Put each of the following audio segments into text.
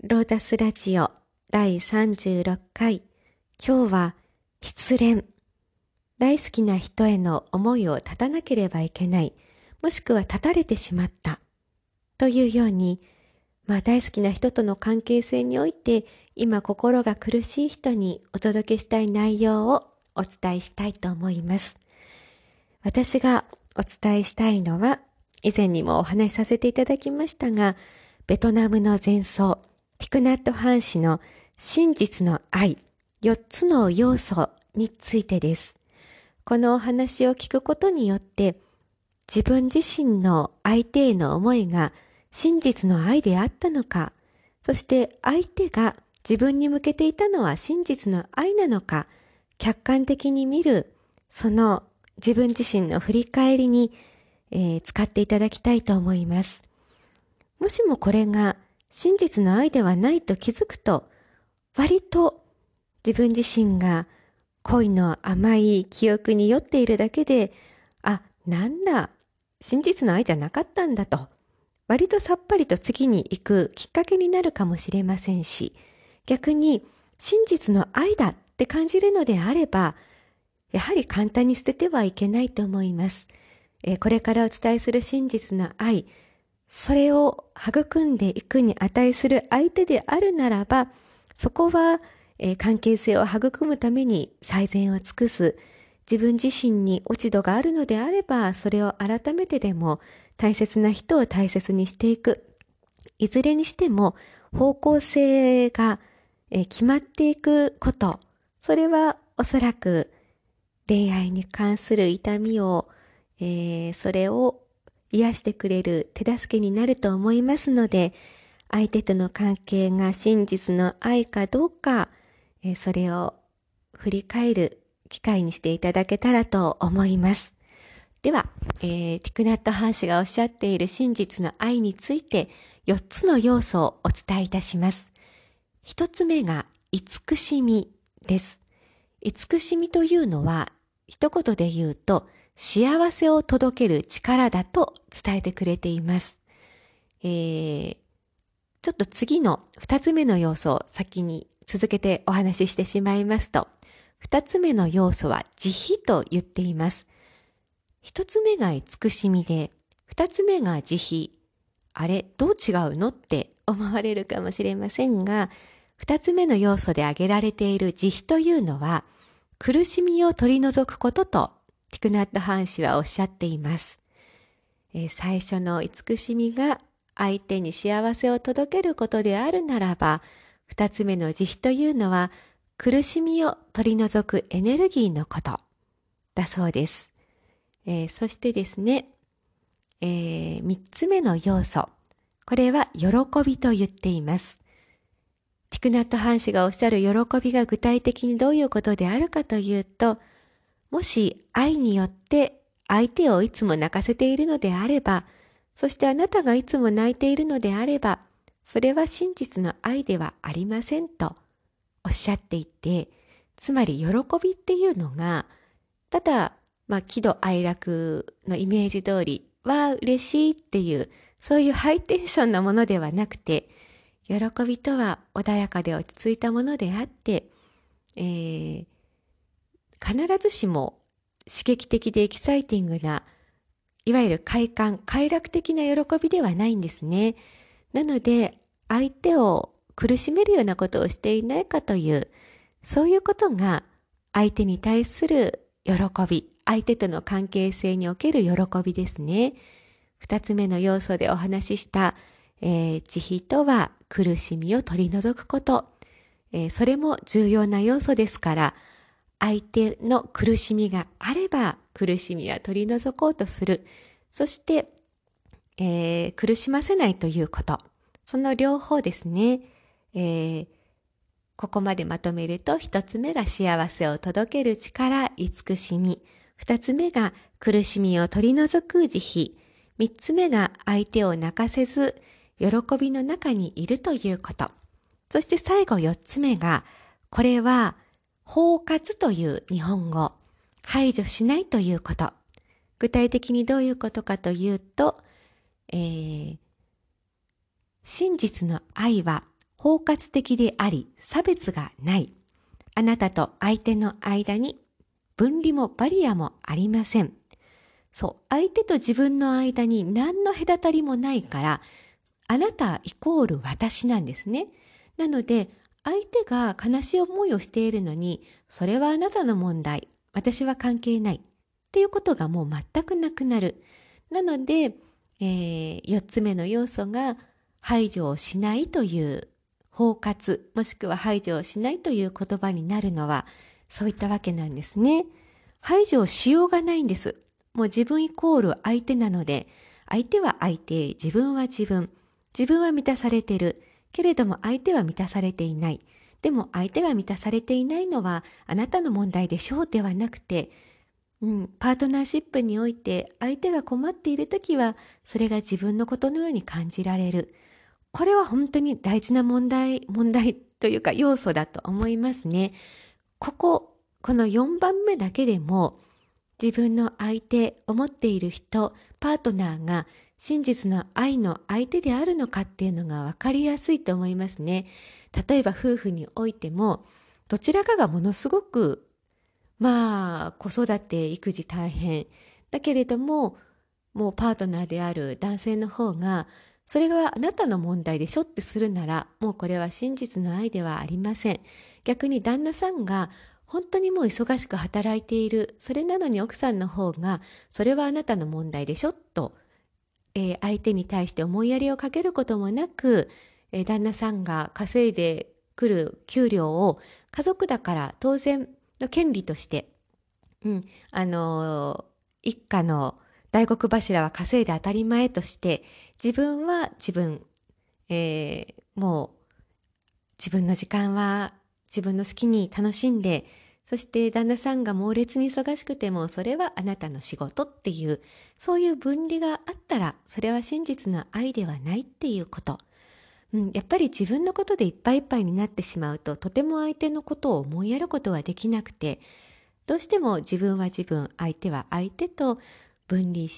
ロータスラジオ第36回。今日は失恋。大好きな人への思いを絶たなければいけない。もしくは絶たれてしまった。というように、大好きな人との関係性において、今心が苦しい人にお届けしたい内容をお伝えしたいと思います。私がお伝えしたいのは、以前にもお話しさせていただきましたが、ベトナムの禅僧、ティク・ナット・ハン氏の真実の愛、4つの要素についてです。このお話を聞くことによって、自分自身の相手への思いが真実の愛であったのか、そして相手が自分に向けていたのは真実の愛なのか、客観的に見る、その自分自身の振り返りに、使っていただきたいと思います。もしもこれが真実の愛ではないと気づくと、割と自分自身が恋の甘い記憶に酔っているだけで、なんだ、真実の愛じゃなかったんだと、割とさっぱりと次に行くきっかけになるかもしれませんし、逆に真実の愛だって感じるのであれば、やはり簡単に捨ててはいけないと思います。これからお伝えする真実の愛、それを育んでいくに値する相手であるならば、そこは、関係性を育むために最善を尽くす。自分自身に落ち度があるのであれば、それを改めてでも大切な人を大切にしていく。いずれにしても方向性が、決まっていくこと。それはおそらく恋愛に関する痛みを、それを癒してくれる手助けになると思いますので、相手との関係が真実の愛かどうか、それを振り返る機会にしていただけたらと思います。では、ティク・ナット・ハン氏がおっしゃっている真実の愛について4つの要素をお伝えいたします。1つ目が慈しみです。慈しみというのは一言で言うと幸せを届ける力だと伝えてくれています。ちょっと次の2つ目の要素を先に続けてお話ししてしまいますと、2つ目の要素は慈悲と言っています。1つ目が慈しみで、2つ目が慈悲。あれ、どう違うのって思われるかもしれませんが、2つ目の要素で挙げられている慈悲というのは、苦しみを取り除くことと、ティク・ナット・ハン氏はおっしゃっています。最初の慈しみが相手に幸せを届けることであるならば、2つ目の慈悲というのは、苦しみを取り除くエネルギーのことだそうです。そしてですね、3つ目の要素。これは喜びと言っています。ティク・ナット・ハン氏がおっしゃる喜びが具体的にどういうことであるかというと、もし愛によって相手をいつも泣かせているのであれば、そしてあなたがいつも泣いているのであれば、それは真実の愛ではありませんとおっしゃっていて、つまり喜びっていうのが、ただ、喜怒哀楽のイメージ通りは嬉しいっていう、そういうハイテンションなものではなくて、喜びとは穏やかで落ち着いたものであって、必ずしも刺激的でエキサイティングな、いわゆる快楽的な喜びではないんですね。なので、相手を苦しめるようなことをしていないかという、そういうことが相手に対する喜び、相手との関係性における喜びですね。二つ目の要素でお話しした、慈悲とは苦しみを取り除くこと。それも重要な要素ですから、相手の苦しみがあれば苦しみは取り除こうとする。そして、苦しませないということ。その両方ですね。ここまでまとめると、一つ目が幸せを届ける力、慈しみ。二つ目が苦しみを取り除く慈悲。三つ目が相手を泣かせず、喜びの中にいるということ。そして最後四つ目が、これは包括という日本語。排除しないということ。具体的にどういうことかというと、真実の愛は包括的であり、差別がない。あなたと相手の間に分離もバリアもありません。そう、相手と自分の間に何の隔たりもないから、あなたイコール私なんですね。なので、相手が悲しい思いをしているのに、それはあなたの問題、私は関係ないっていうことがもう全くなくなる。なので、4つ目の要素が排除をしないという包括、もしくは排除をしないという言葉になるのは、そういったわけなんですね。排除をしようがないんです。もう自分イコール相手なので、相手は相手、自分は自分。自分は満たされてる。けれども相手は満たされていない。でも相手が満たされていないのはあなたの問題でしょうではなくて、パートナーシップにおいて相手が困っているときはそれが自分のことのように感じられる。これは本当に大事な問題というか要素だと思いますね。この4番目だけでも自分の相手、思っている人、パートナーが真実の愛の相手であるのかっていうのが分かりやすいと思いますね。例えば夫婦においても、どちらかがものすごく、子育て、育児大変。だけれども、もうパートナーである男性の方が、それがあなたの問題でしょってするなら、もうこれは真実の愛ではありません。逆に旦那さんが、本当にもう忙しく働いている。それなのに奥さんの方が、それはあなたの問題でしょと、相手に対して思いやりをかけることもなく、旦那さんが稼いでくる給料を家族だから当然の権利として、一家の大黒柱は稼いで当たり前として、自分は自分、もう自分の時間は自分の好きに楽しんで、そして旦那さんが猛烈に忙しくてもそれはあなたの仕事っていう、そういう分離があったらそれは真実の愛ではないっていうこと。やっぱり自分のことでいっぱいいっぱいになってしまうと、とても相手のことを思いやることはできなくて、どうしても自分は自分、相手は相手と分離して、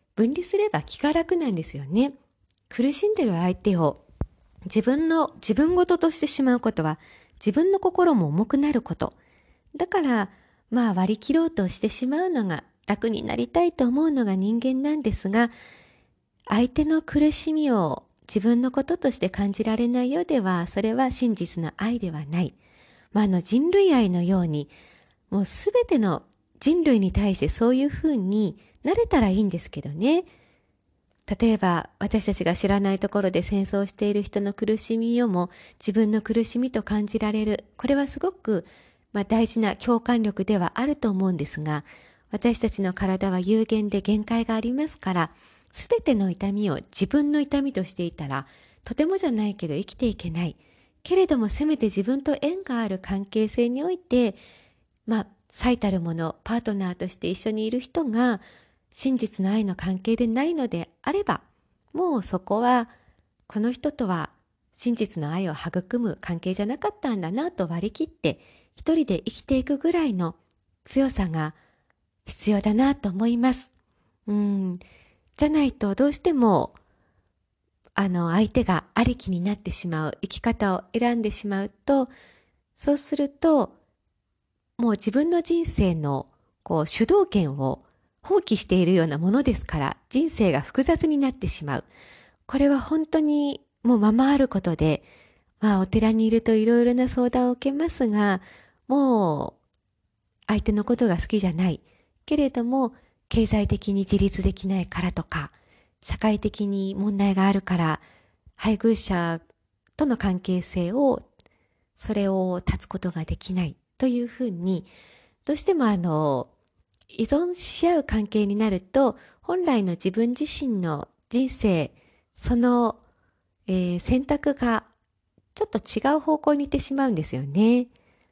分離すれば気が楽なんですよね。苦しんでる相手を自分事としてしまうことは、自分の心も重くなること。だから、割り切ろうとしてしまうのが、楽になりたいと思うのが人間なんですが、相手の苦しみを自分のこととして感じられないようでは、それは真実の愛ではない。人類愛のように、もうすべての人類に対してそういうふうになれたらいいんですけどね。例えば私たちが知らないところで戦争している人の苦しみをも自分の苦しみと感じられる。これはすごく大事な共感力ではあると思うんですが、私たちの体は有限で限界がありますから、すべての痛みを自分の痛みとしていたら、とてもじゃないけど生きていけない。けれどもせめて自分と縁がある関係性において、最たるもの、パートナーとして一緒にいる人が真実の愛の関係でないのであれば、もうそこはこの人とは真実の愛を育む関係じゃなかったんだなと割り切って一人で生きていくぐらいの強さが必要だなと思います。じゃないとどうしても相手がありきになってしまう生き方を選んでしまうと、そうするともう自分の人生の主導権を放棄しているようなものですから、人生が複雑になってしまう。これは本当にもうままあることで、お寺にいるといろいろな相談を受けますが、もう相手のことが好きじゃない。けれども、経済的に自立できないからとか、社会的に問題があるから、配偶者との関係性を、それを断つことができないというふうに、どうしても依存し合う関係になると、本来の自分自身の人生、その、選択がちょっと違う方向に行ってしまうんですよね。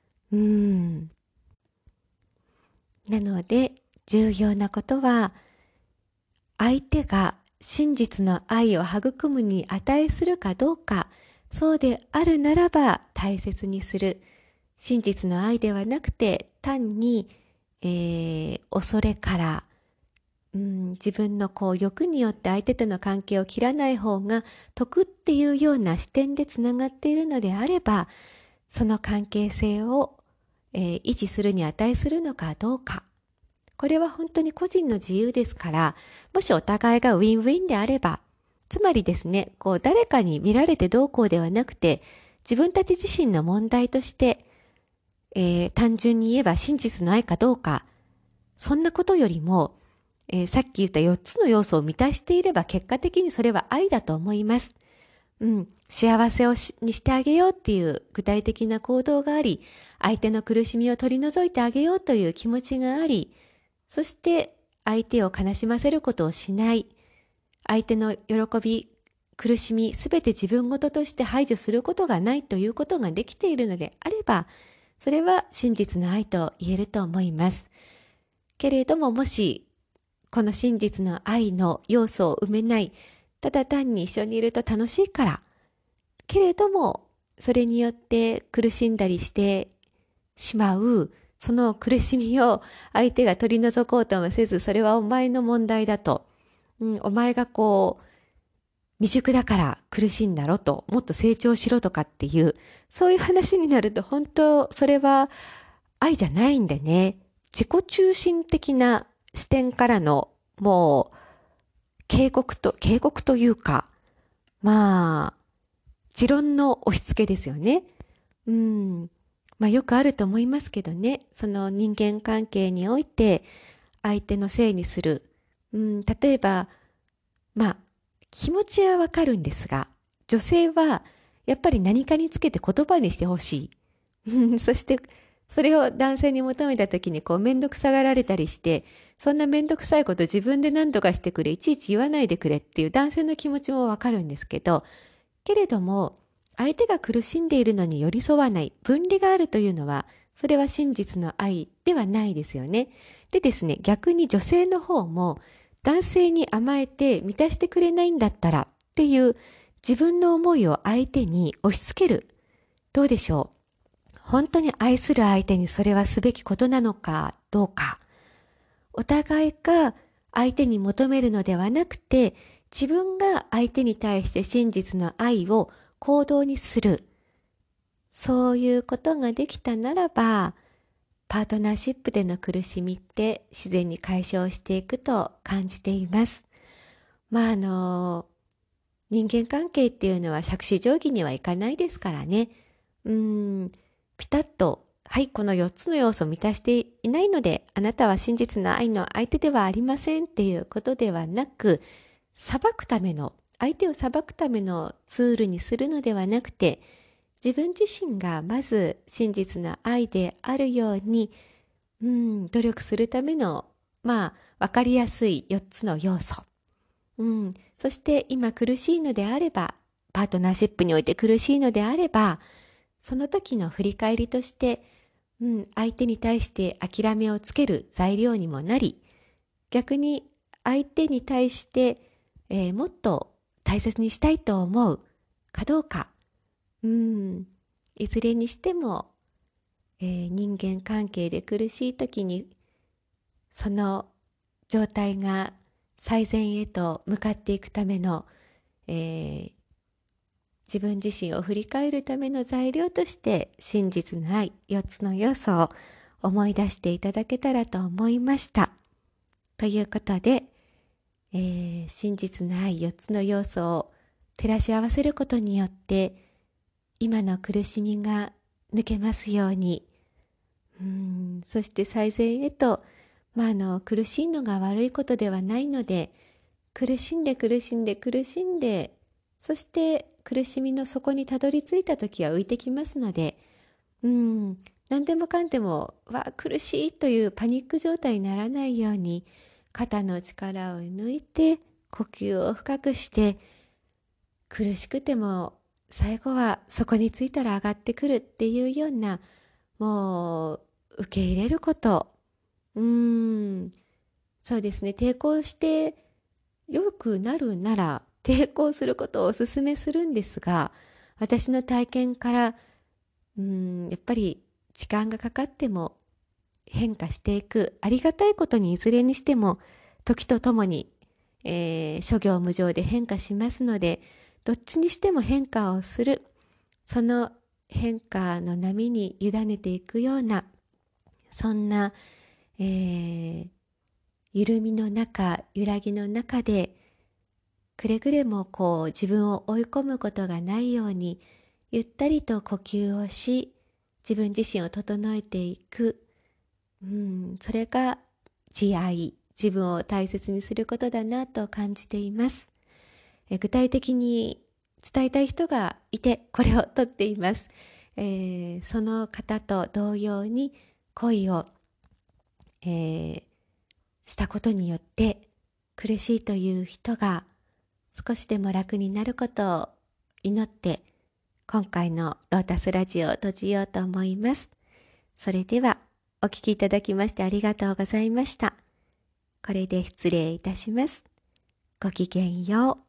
なので、重要なことは、相手が真実の愛を育むに値するかどうか、そうであるならば大切にする。真実の愛ではなくて、単に、恐れから、 自分の欲によって相手との関係を切らない方が得っていうような視点でつながっているのであれば、その関係性を、維持するに値するのかどうか。これは本当に個人の自由ですから、もしお互いがウィンウィンであれば、つまりですね、誰かに見られてどうこうではなくて、自分たち自身の問題として、単純に言えば真実の愛かどうか、そんなことよりも、さっき言った4つの要素を満たしていれば結果的にそれは愛だと思います。幸せにしてあげようっていう具体的な行動があり、相手の苦しみを取り除いてあげようという気持ちがあり、そして相手を悲しませることをしない、相手の喜び、苦しみ、すべて自分事として排除することがないということができているのであれば、それは真実の愛と言えると思います。けれども、もしこの真実の愛の要素を埋めない、ただ単に一緒にいると楽しいから、けれどもそれによって苦しんだりしてしまう、その苦しみを相手が取り除こうともせず、それはお前の問題だと、お前が未熟だから苦しいんだろと、もっと成長しろとかっていう、そういう話になると本当それは愛じゃないんでね、自己中心的な視点からのもう警告というか、持論の押し付けですよね。よくあると思いますけどね、その人間関係において相手のせいにする。例えば、気持ちはわかるんですが、女性はやっぱり何かにつけて言葉にしてほしい。そして、それを男性に求めた時にめんどくさがられたりして、そんなめんどくさいこと自分で何とかしてくれ、いちいち言わないでくれっていう男性の気持ちもわかるんですけど、けれども、相手が苦しんでいるのに寄り添わない、分離があるというのは、それは真実の愛ではないですよね。でですね、逆に女性の方も、男性に甘えて満たしてくれないんだったらっていう自分の思いを相手に押し付ける。どうでしょう。本当に愛する相手にそれはすべきことなのかどうか。お互いが相手に求めるのではなくて、自分が相手に対して真実の愛を行動にする。そういうことができたならば、パートナーシップでの苦しみって自然に解消していくと感じています。人間関係っていうのは杓子定規にはいかないですからね。ピタッと、はい、この4つの要素を満たしていないので、あなたは真実の愛の相手ではありませんっていうことではなく、相手を裁くためのツールにするのではなくて、自分自身がまず真実な愛であるように、努力するための、わかりやすい4つの要素。そして今苦しいのであれば、パートナーシップにおいて苦しいのであれば、その時の振り返りとして、相手に対して諦めをつける材料にもなり、逆に相手に対して、もっと大切にしたいと思うかどうか、いずれにしても、人間関係で苦しい時にその状態が最善へと向かっていくための、自分自身を振り返るための材料として真実の愛4つの要素を思い出していただけたらと思いました。ということで、真実の愛4つの要素を照らし合わせることによって今の苦しみが抜けますように、そして最善へと、苦しいのが悪いことではないので、苦しんで、そして苦しみの底にたどり着いた時は浮いてきますので、何でもかんでも、苦しいというパニック状態にならないように、肩の力を抜いて、呼吸を深くして、苦しくても最後はそこに着いたら上がってくるっていうような、もう受け入れること。そうですね。抵抗して良くなるなら抵抗することをお勧めするんですが、私の体験から、やっぱり時間がかかっても変化していく。ありがたいことにいずれにしても時とともに、諸行無常で変化しますので、どっちにしても変化をする、その変化の波に委ねていくような、そんな、緩みの中、揺らぎの中で、くれぐれも自分を追い込むことがないように、ゆったりと呼吸をし、自分自身を整えていく、それが慈愛、自分を大切にすることだなと感じています。具体的に伝えたい人がいて、これをとっています。その方と同様に恋を、したことによって苦しいという人が少しでも楽になることを祈って、今回のロータスラジオを閉じようと思います。それではお聞きいただきましてありがとうございました。これで失礼いたします。ごきげんよう。